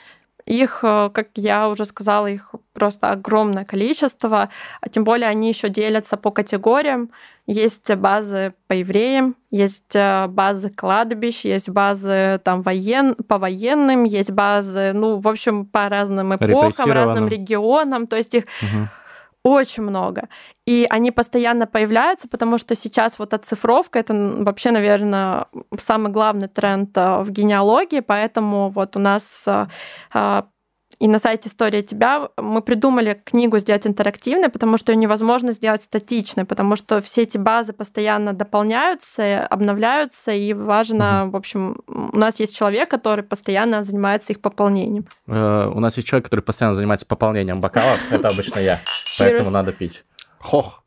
Их, как я уже сказала, их просто огромное количество, а тем более они еще делятся по категориям. Есть базы по евреям, есть базы кладбищ, есть базы там воен... по военным, есть базы, ну, в общем, по разным эпохам, разным регионам. То есть их угу. очень много. И они постоянно появляются, потому что сейчас вот оцифровка — это вообще, наверное, самый главный тренд в генеалогии, поэтому вот у нас и на сайте «История тебя» мы придумали книгу сделать интерактивной, потому что ее невозможно сделать статичной, потому что все эти базы постоянно дополняются, обновляются, и важно, угу. в общем, у нас есть человек, который постоянно занимается их пополнением. Uh, у нас есть человек, который постоянно занимается пополнением бокалов, это обычно я, поэтому надо пить. Хох.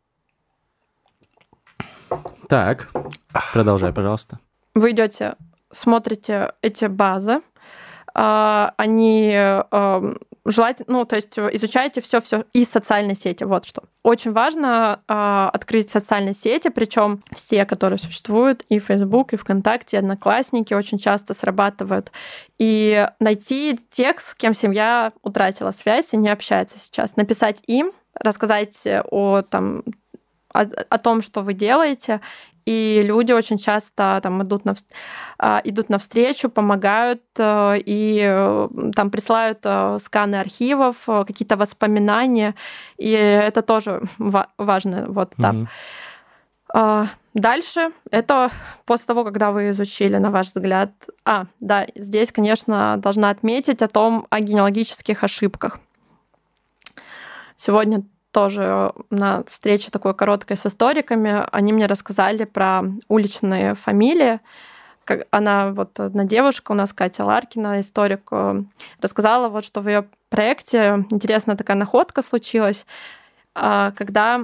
Так, продолжай, пожалуйста. Вы идете, смотрите эти базы, они желательно, ну, то есть изучаете все-все из социальной сети. Вот что. Очень важно открыть социальные сети, причем все, которые существуют, и Facebook, и ВКонтакте, и Одноклассники очень часто срабатывают. И найти тех, с кем семья утратила связь и не общается сейчас. Написать им, рассказать о, там, о, о том, что вы делаете. И люди очень часто там идут, на, идут навстречу, помогают и там присылают сканы архивов, какие-то воспоминания. И это тоже важно. Вот так. Mm-hmm. Дальше, это после того, когда вы изучили, на ваш взгляд... А, да, здесь, конечно, должна отметить о том, о генеалогических ошибках. Сегодня тоже на встрече такой короткой с историками, они мне рассказали про уличные фамилии. Она, вот одна девушка у нас, Катя Ларкина, историк, рассказала, вот, что в ее проекте интересная такая находка случилась, когда,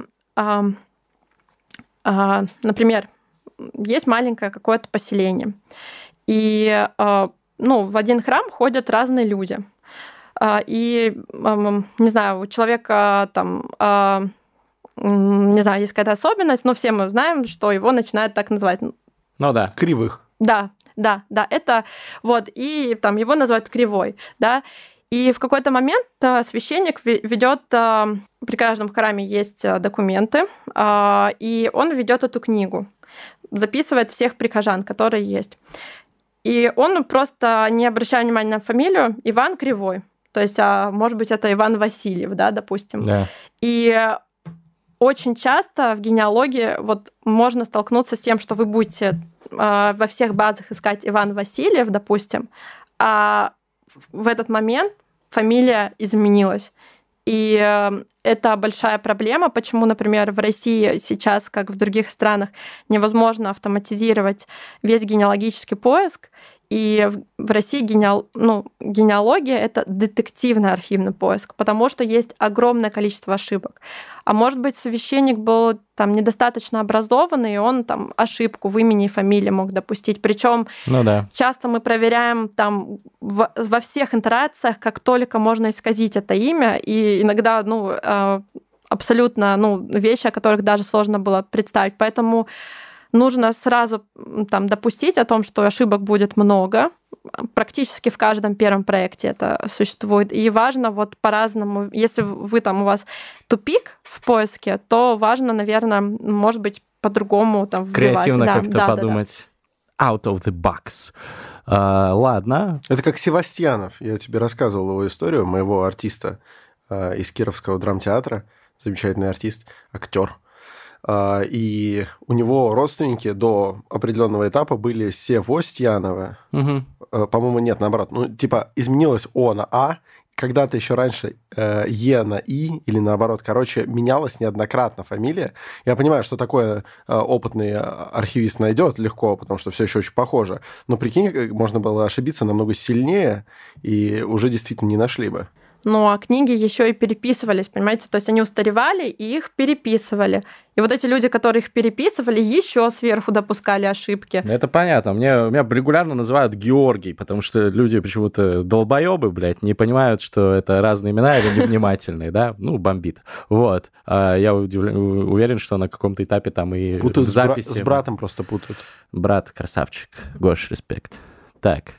например, есть маленькое какое-то поселение, и ну, в один храм ходят разные люди. И, не знаю, у человека там, не знаю, есть какая-то особенность, но все мы знаем, что его начинают так называть. Ну да. Кривых. Да, да, да, это вот, и там его называют кривой, да. И в какой-то момент священник ведет, при каждом храме есть документы, и он ведет эту книгу, записывает всех прихожан, которые есть. И он просто, не обращая внимания на фамилию, Иван Кривой. То есть, а, может быть, это Иван Васильев, да, допустим. Да. И очень часто в генеалогии вот можно столкнуться с тем, что вы будете э, во всех базах искать Иван Васильев, допустим, а в этот момент фамилия изменилась. И э, это большая проблема, почему, например, в России сейчас, как в других странах, невозможно автоматизировать весь генеалогический поиск. И в России генеал... ну, генеалогия — это детективный архивный поиск, потому что есть огромное количество ошибок. А может быть, священник был там недостаточно образованный, и он там ошибку в имени и фамилии мог допустить. Причем ну, да. часто мы проверяем там в... во всех итерациях, как только можно исказить это имя, и иногда ну, абсолютно ну, вещи, о которых даже сложно было представить. Поэтому нужно сразу там допустить о том, что ошибок будет много. Практически в каждом первом проекте это существует. И важно вот по-разному. Если вы там у вас тупик в поиске, то важно, наверное, может быть, по-другому там вбивать. Креативно да, как-то да, подумать. Да, да. Out of the box. Uh, ладно. Это как Севастьянов. Я тебе рассказывал его историю, моего артиста uh, из Кировского драмтеатра. Замечательный артист, актер. И у него родственники до определенного этапа были Севостьяновы. Угу. По-моему, нет, наоборот. Ну, типа, изменилось О на А. Когда-то еще раньше э, Е на И, или наоборот, короче, менялась неоднократно фамилия. Я понимаю, что такое э, опытный архивист найдет легко, потому что все еще очень похоже. Но прикинь, можно было ошибиться намного сильнее, и уже действительно не нашли бы. Ну, а книги еще и переписывались, понимаете? То есть они устаревали, и их переписывали. И вот эти люди, которые их переписывали, еще сверху допускали ошибки. Это понятно. Мне, меня регулярно называют Георгий, потому что люди почему-то долбоебы, блядь, не понимают, что это разные имена или невнимательные, да? Ну, бомбит. Вот. А я удивлен, уверен, что на каком-то этапе там и путают в записи... С, бра- с братом просто путают. Брат, красавчик. Гош, респект. Так.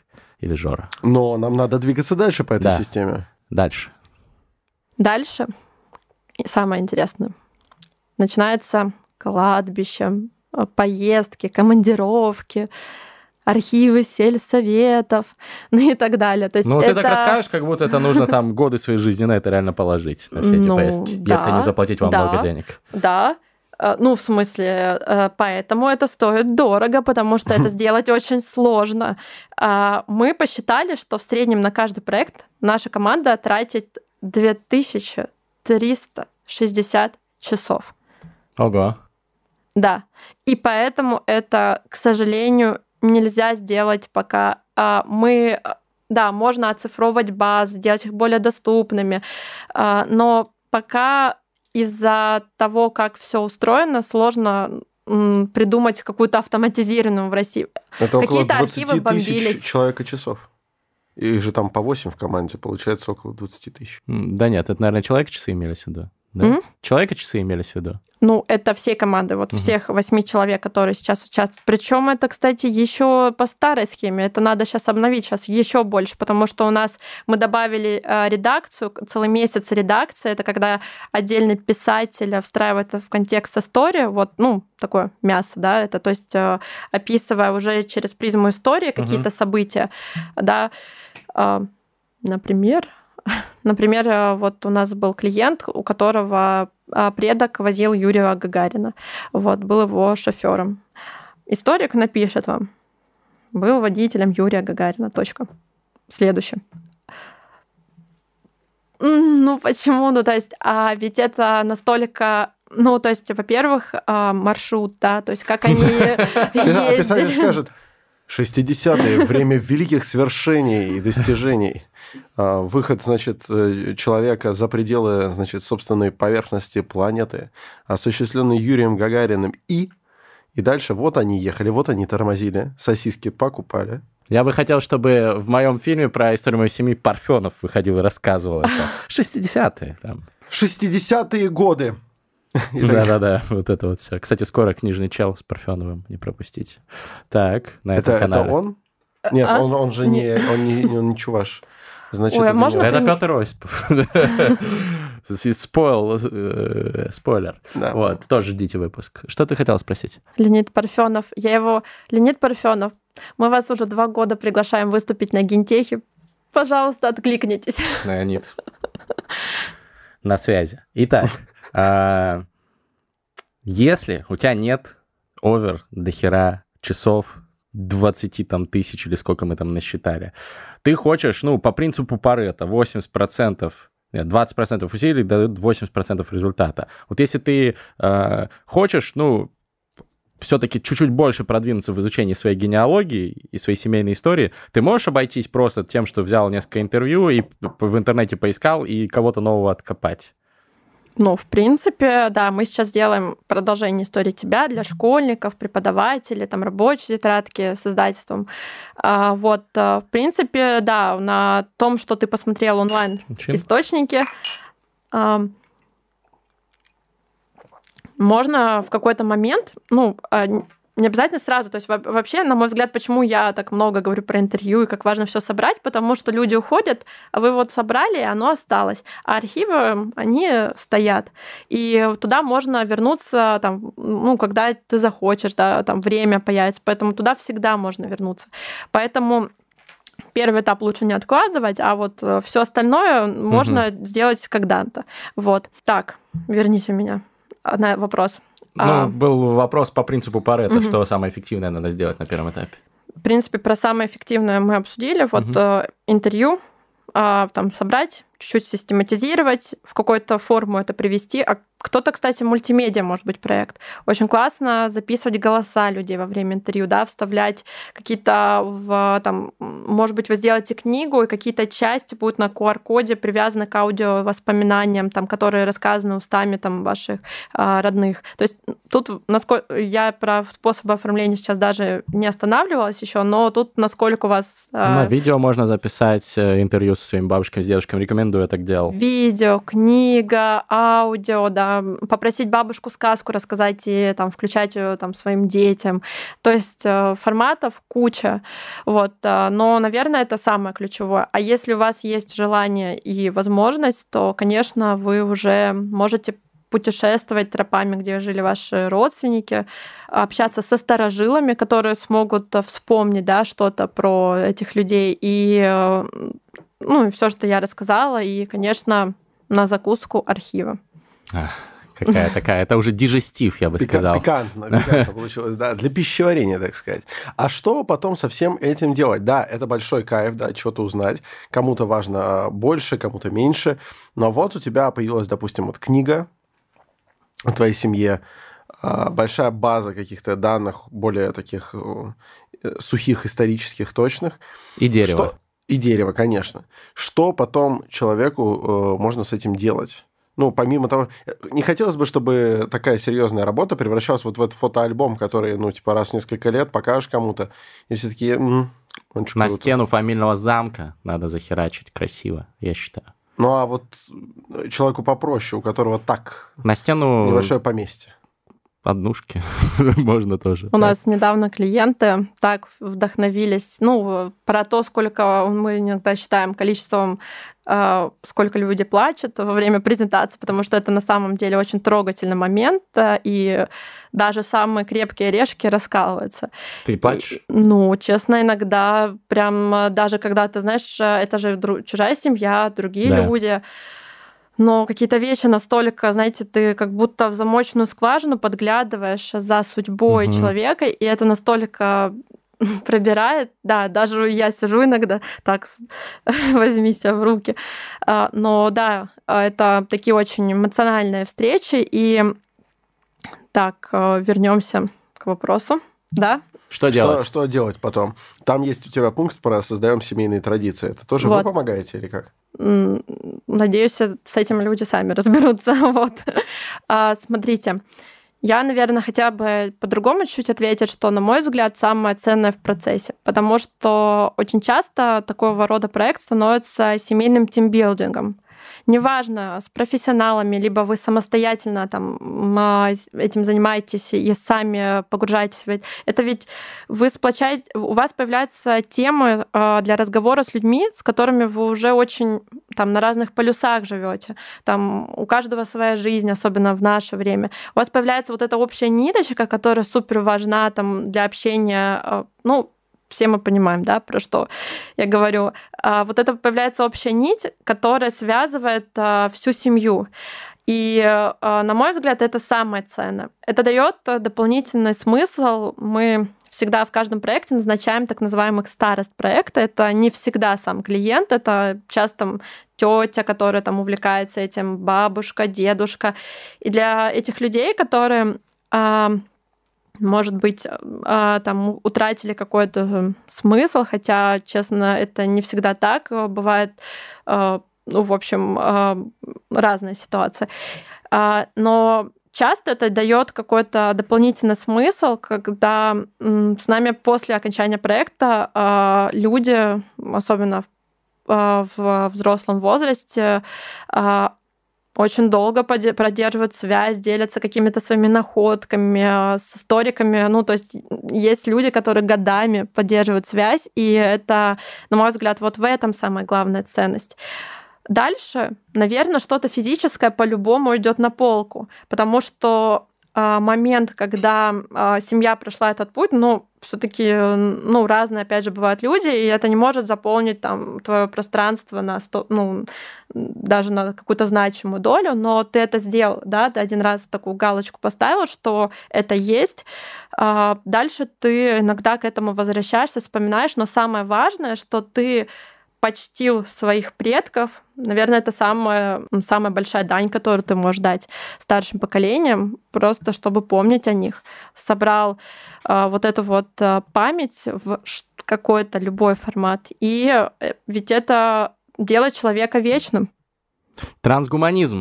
или Жора. Но нам надо двигаться дальше по этой Да. системе. Дальше. Дальше, и самое интересное, начинается кладбище, поездки, командировки, архивы сельсоветов, ну и так далее. То есть Ну, это... ты так расскажешь, как будто это нужно там годы своей жизни на это реально положить, на все эти Ну, поездки, да, если не заплатить вам да. много денег. Да, э, ну, в смысле, э, поэтому это стоит дорого, потому что это сделать очень сложно. А, Мы посчитали, что в среднем на каждый проект наша команда тратит две тысячи триста шестьдесят часов. Ого. Да, и поэтому это, к сожалению, нельзя сделать пока. А, Мы, э, да, можно оцифровывать базы, делать их более доступными, а, но пока из-за того, как все устроено, сложно м, придумать какую-то автоматизированную в России. Это около Какие-то архивы двадцать тысяч бомбились. человека часов. Их же там по восемь в команде, получается около двадцать тысяч. М, Да нет, это, наверное, человека-часы имелись в виду. Да? М? Человека-часы имелись в виду. Ну, это всей команды, вот Мгм. всех восьми человек, которые сейчас участвуют. Причем это, кстати, еще по старой схеме. Это надо сейчас обновить, сейчас еще больше, потому что у нас мы добавили э, редакцию, целый месяц редакции. Это когда отдельный писатель встраивает это в контекст истории, вот, ну, такое мясо, да, это, то есть э, описывая уже через призму истории какие-то события, да, э, например. Например, э, вот у нас был клиент, у которого э, предок возил Юрия Гагарина. Вот, был его шофером. Историк напишет вам. Был водителем Юрия Гагарина. Точка. Следующее. М, Ну, почему? Ну, то есть, а ведь это настолько... Ну, то есть, во-первых, а, маршрут, да, то есть, как они А писатель ездили. скажет, шестидесятые, время великих свершений и достижений. А, Выход, значит, э, человека за пределы, значит, собственной поверхности планеты, осуществленный Юрием Гагариным. И, и дальше вот они ехали, вот они тормозили, сосиски покупали. Я бы хотел, чтобы в моем фильме про историю моей семьи Парфенов выходил и рассказывал это. шестидесятые там. шестидесятые годы. И так Да-да-да, вот это вот все. Кстати, скоро «Книжный чел» с Парфеновым, не пропустите. Так, на Это, этом это канале. он? Нет, А? он, он же не, он не, он не чуваш. Значит, Ой, а это не можно он. Это прин- Петр Осипов. Спойл, э, спойлер. Да. Вот, тоже ждите выпуск. Что ты хотел спросить? Леонид Парфенов. Я его... Леонид Парфенов, мы вас уже два года приглашаем выступить на Гентехе. Пожалуйста, откликнитесь. Леонид. На связи. Итак, а, если у тебя нет овер до хера часов, двадцать там, тысяч или сколько мы там насчитали, ты хочешь, ну, по принципу Парето, восемьдесят процентов, нет, двадцать процентов усилий дают восемьдесят процентов результата. Вот если ты э, хочешь, ну, все-таки чуть-чуть больше продвинуться в изучении своей генеалогии и своей семейной истории, ты можешь обойтись просто тем, что взял несколько интервью и в интернете поискал и кого-то нового откопать? Ну, в принципе, да, мы сейчас делаем продолжение истории тебя для школьников, преподавателей, там, рабочие тетрадки с издательством. А, вот, а, в принципе, да, на том, что ты посмотрел онлайн Чин. источники, а, можно в какой-то момент, ну, а, не обязательно сразу, то есть во- вообще, на мой взгляд, почему я так много говорю про интервью и как важно все собрать, потому что люди уходят, а вы вот собрали, и оно осталось, а архивы, они стоят, и туда можно вернуться, там, ну, когда ты захочешь, да, там время появится, поэтому туда всегда можно вернуться, поэтому первый этап лучше не откладывать, а вот все остальное можно сделать когда-то, вот. Так, верните меня. Одна вопрос. Ну, А, был вопрос по принципу Парето, Мгм. что самое эффективное надо сделать на первом этапе. В принципе, про самое эффективное мы обсудили. Вот Мгм. э, интервью, а, там собрать, чуть-чуть систематизировать, в какую-то форму это привести. А кто-то, кстати, мультимедиа, может быть, проект. Очень классно записывать голоса людей во время интервью, да, вставлять какие-то, в, там, может быть, вы сделаете книгу, и какие-то части будут на ку ар-коде привязаны к аудиовоспоминаниям, там, которые рассказаны устами там, ваших а, родных. То есть тут, насколько я про способы оформления сейчас даже не останавливалась еще, но тут насколько у вас... а, На видео можно записать э, интервью со своими бабушками, с дедушками. Рекомендую, я так делал. Видео, книга, аудио, да, попросить бабушку сказку рассказать и там, включать ее там, своим детям. То есть форматов куча. Вот. Но, наверное, это самое ключевое. А если у вас есть желание и возможность, то, конечно, вы уже можете путешествовать тропами, где жили ваши родственники, общаться со старожилами, которые смогут вспомнить, да, что-то про этих людей. И, ну, и все, что я рассказала, и, конечно, на закуску архива. Ах, какая такая, это уже дижестив, я бы Пика- сказал. Пикантно, пикантно получилось, да, для пищеварения, так сказать. А что потом со всем этим делать? Да, это большой кайф, да, что-то узнать. Кому-то важно больше, кому-то меньше. Но вот у тебя появилась, допустим, вот книга о твоей семье, большая база каких-то данных, более таких сухих, исторических, точных. И дерево. Что... И дерево, конечно. Что потом человеку можно с этим делать? Ну, помимо того... Не хотелось бы, чтобы такая серьезная работа превращалась вот в этот фотоальбом, который, ну, типа, раз в несколько лет покажешь кому-то, и все такие... М-м, он На стену фамильного замка надо захерачить красиво, я считаю. Ну, а вот человеку попроще, у которого так... На стену... Небольшое поместье. Однушки можно тоже. У нас недавно клиенты так вдохновились, ну, про то, сколько мы иногда считаем количеством, сколько люди плачут во время презентации, потому что это на самом деле очень трогательный момент, и даже самые крепкие орешки раскалываются. Ты плачешь? И, ну, честно, иногда прям даже когда ты, знаешь, это же чужая семья, другие да. люди, но какие-то вещи настолько, знаете, ты как будто в замочную скважину подглядываешь за судьбой угу. человека, и это настолько пробирает. Да, даже я сижу иногда, так, возьми себя в руки. Но да, это такие очень эмоциональные встречи. И так, вернемся к вопросу. Да? Что делать? Что, что делать потом? Там есть у тебя пункт про создаем семейные традиции. Это тоже вот. Вы помогаете или как? Надеюсь, с этим люди сами разберутся. Вот. А, смотрите, я, наверное, хотя бы по-другому чуть-чуть ответить, что, на мой взгляд, самое ценное в процессе. Потому что очень часто такого рода проект становится семейным тимбилдингом. Неважно, с профессионалами, либо вы самостоятельно там, этим занимаетесь и сами погружаетесь в это. Это ведь вы сплочаете, у вас появляются темы для разговора с людьми, с которыми вы уже очень там, на разных полюсах живете. Там у каждого своя жизнь, особенно в наше время. У вас появляется вот эта общая ниточка, которая супер важна там, для общения, ну, все мы понимаем, да, про что я говорю. Вот это появляется общая нить, которая связывает всю семью. И, на мой взгляд, это самое ценное. Это дает дополнительный смысл. Мы всегда в каждом проекте назначаем так называемых старост проекта. Это не всегда сам клиент, это часто тетя, которая там увлекается этим, бабушка, дедушка. И для этих людей, которые... может быть, там утратили какой-то смысл, хотя, честно, это не всегда так. Бывает, ну, в общем, разная ситуация. Но часто это дает какой-то дополнительный смысл, когда с нами после окончания проекта люди, особенно в взрослом возрасте, очень долго продерживают связь, делятся какими-то своими находками, с историками. Ну, то есть есть люди, которые годами поддерживают связь, и это, на мой взгляд, вот в этом самая главная ценность. Дальше, наверное, что-то физическое по-любому идет на полку, потому что момент, когда семья прошла этот путь, ну, все-таки, ну, разные, опять же, бывают люди, и это не может заполнить там твое пространство на сто, ну, даже на какую-то значимую долю, но ты это сделал, да, ты один раз такую галочку поставил, что это есть. Дальше ты иногда к этому возвращаешься, вспоминаешь, но самое важное, что ты почтил своих предков. Наверное, это самая, самая большая дань, которую ты можешь дать старшим поколениям, просто чтобы помнить о них. Собрал э, вот эту вот э, память в какой-то любой формат. И ведь это делает человека вечным. Трансгуманизм.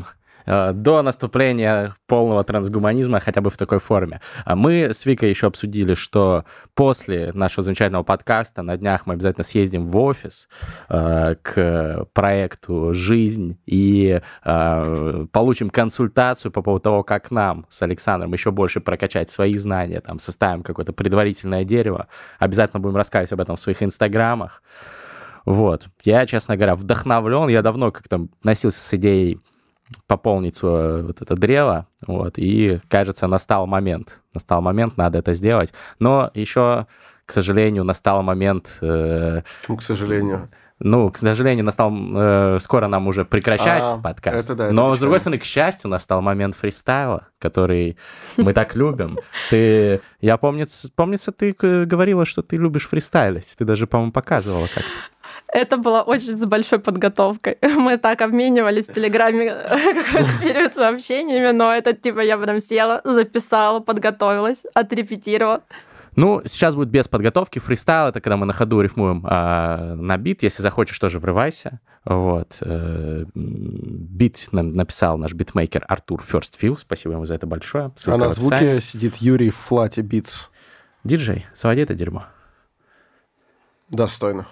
до наступления полного трансгуманизма, хотя бы в такой форме. Мы с Викой еще обсудили, что после нашего замечательного подкаста на днях мы обязательно съездим в офис э, к проекту «Жизнь» и э, получим консультацию по поводу того, как нам с Александром еще больше прокачать свои знания, там, составим какое-то предварительное дерево. Обязательно будем рассказывать об этом в своих инстаграмах. Вот. Я, честно говоря, вдохновлен. Я давно как-то носился с идеей пополнить свое вот это древо, вот, и, кажется, настал момент. Настал момент, надо это сделать. Но еще, к сожалению, настал момент... Э, Почему, к сожалению? Ну, к сожалению, настал... Э, скоро нам уже прекращать а, подкаст. Это да, это Но, печально. С другой стороны, к счастью, настал момент фристайла, который мы так любим. Ты... Я помнится, помнится, ты говорила, что ты любишь фристайлить. Ты даже, по-моему, показывала как-то. Это было очень с большой подготовкой. Мы так обменивались в Телеграме какой-то период сообщениями, но это типа я прям села, записала, подготовилась, отрепетировала. Ну, сейчас будет без подготовки. Фристайл — это когда мы на ходу рифмуем а, на бит. Если захочешь, тоже врывайся. Вот. Бит нам написал наш битмейкер Артур Фёрстфилл. Спасибо ему за это большое. Ссылка а на звуке сидит Юрий в Флате Битс. Диджей, заводи это дерьмо. Достойно.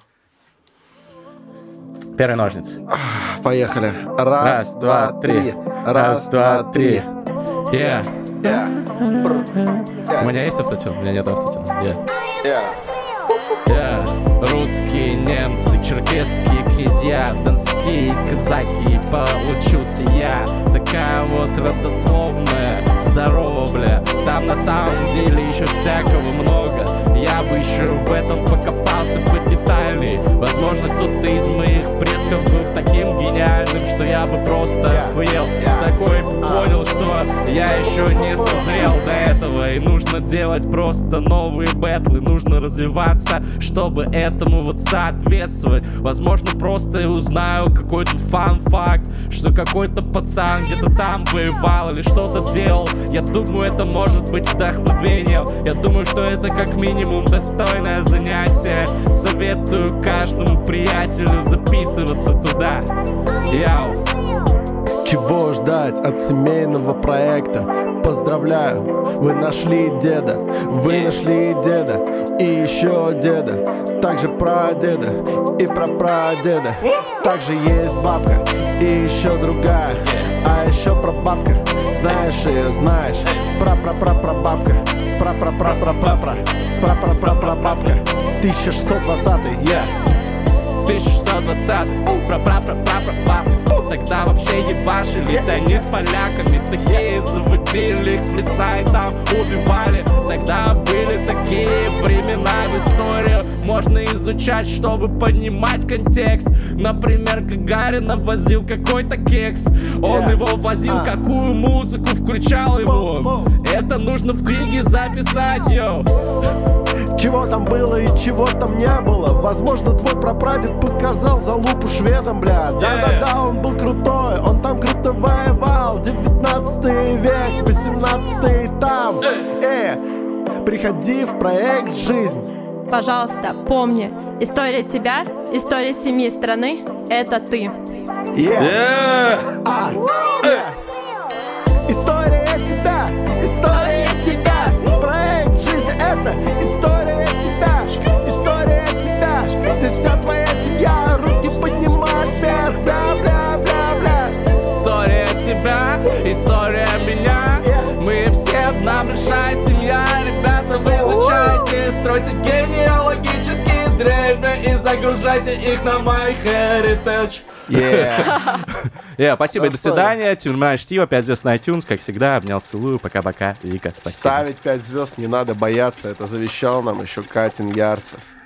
Первые ножницы. Поехали. Раз, Раз два, три. Раз, два, три. Yeah. Yeah. Yeah. У меня есть автотюн? У меня нет автотюна. Yeah. Yeah. Yeah. Русские, немцы, черкесские князья, донские казаки. Получился я. Такая вот родословная. Здорово, бля. Там на самом деле еще всякого много. Я бы еще в этом покопался подетальней. Возможно, кто-то из моих предков был таким гениальным, что я бы просто охуел. Такой понял, что я еще не созрел до этого. И нужно делать просто новые бэтлы. Нужно развиваться, чтобы этому вот соответствовать. Возможно, просто узнаю какой-то фан-факт, что какой-то пацан где-то там воевал или что-то делал. Я думаю, это может быть вдохновением. Я думаю, что это как минимум достойное занятие. Советую каждому приятелю записываться туда. Яу. Чего ждать от семейного проекта? Поздравляю, вы нашли деда, вы нашли деда и еще деда, также прадеда и прапрадеда. Также есть бабка и еще другая, а еще прабабка. Знаешь ее, знаешь, пра-пра-пра-пра-бабка, пра-пра-пра-пра-пра-пра, пра-пра-пра-пра-бабка. тысяча шестьсот двадцатый, yeah. тысяча шестьсот двадцатый, пра-пра-пра-пра-пра-пра. Тогда вообще ебашились они с поляками. Такие заводили их в леса и там убивали. Тогда были такие времена в историю. Можно изучать, чтобы понимать контекст. Например, Гагарина возил какой-то кекс. Он yeah. его возил, uh. какую музыку включал ему. Это нужно в книге записать, йоу. Чего там было и чего там не было. Возможно, твой прапрадед показал залупу шведам, бля. Да-да-да, он был крутой, он там круто воевал. Девятнадцатый век, восемнадцатый там. Э, приходи в проект «Жизнь». Пожалуйста, помни, история тебя, история семьи страны — это ты. Yeah. Yeah. А, yeah. История тебя, история тебя. Проект «Жизнь» — это история тебя, история тебя. Ты вся твоя семья, руки поднимай вверх, бля-бля-бля-бля. История тебя, история меня. Yeah. Мы все одна большая семья. Ребята, вы изучайте, стройте генеалогические древя и загружайте их на MyHeritage. Yeah. yeah, спасибо и до свидания. Терминальное чтиво, пять звезд на iTunes, как всегда. Обнял, целую. Пока-пока. Вика, спасибо. Ставить пять звезд не надо бояться. Это завещал нам еще Катин Ярцев.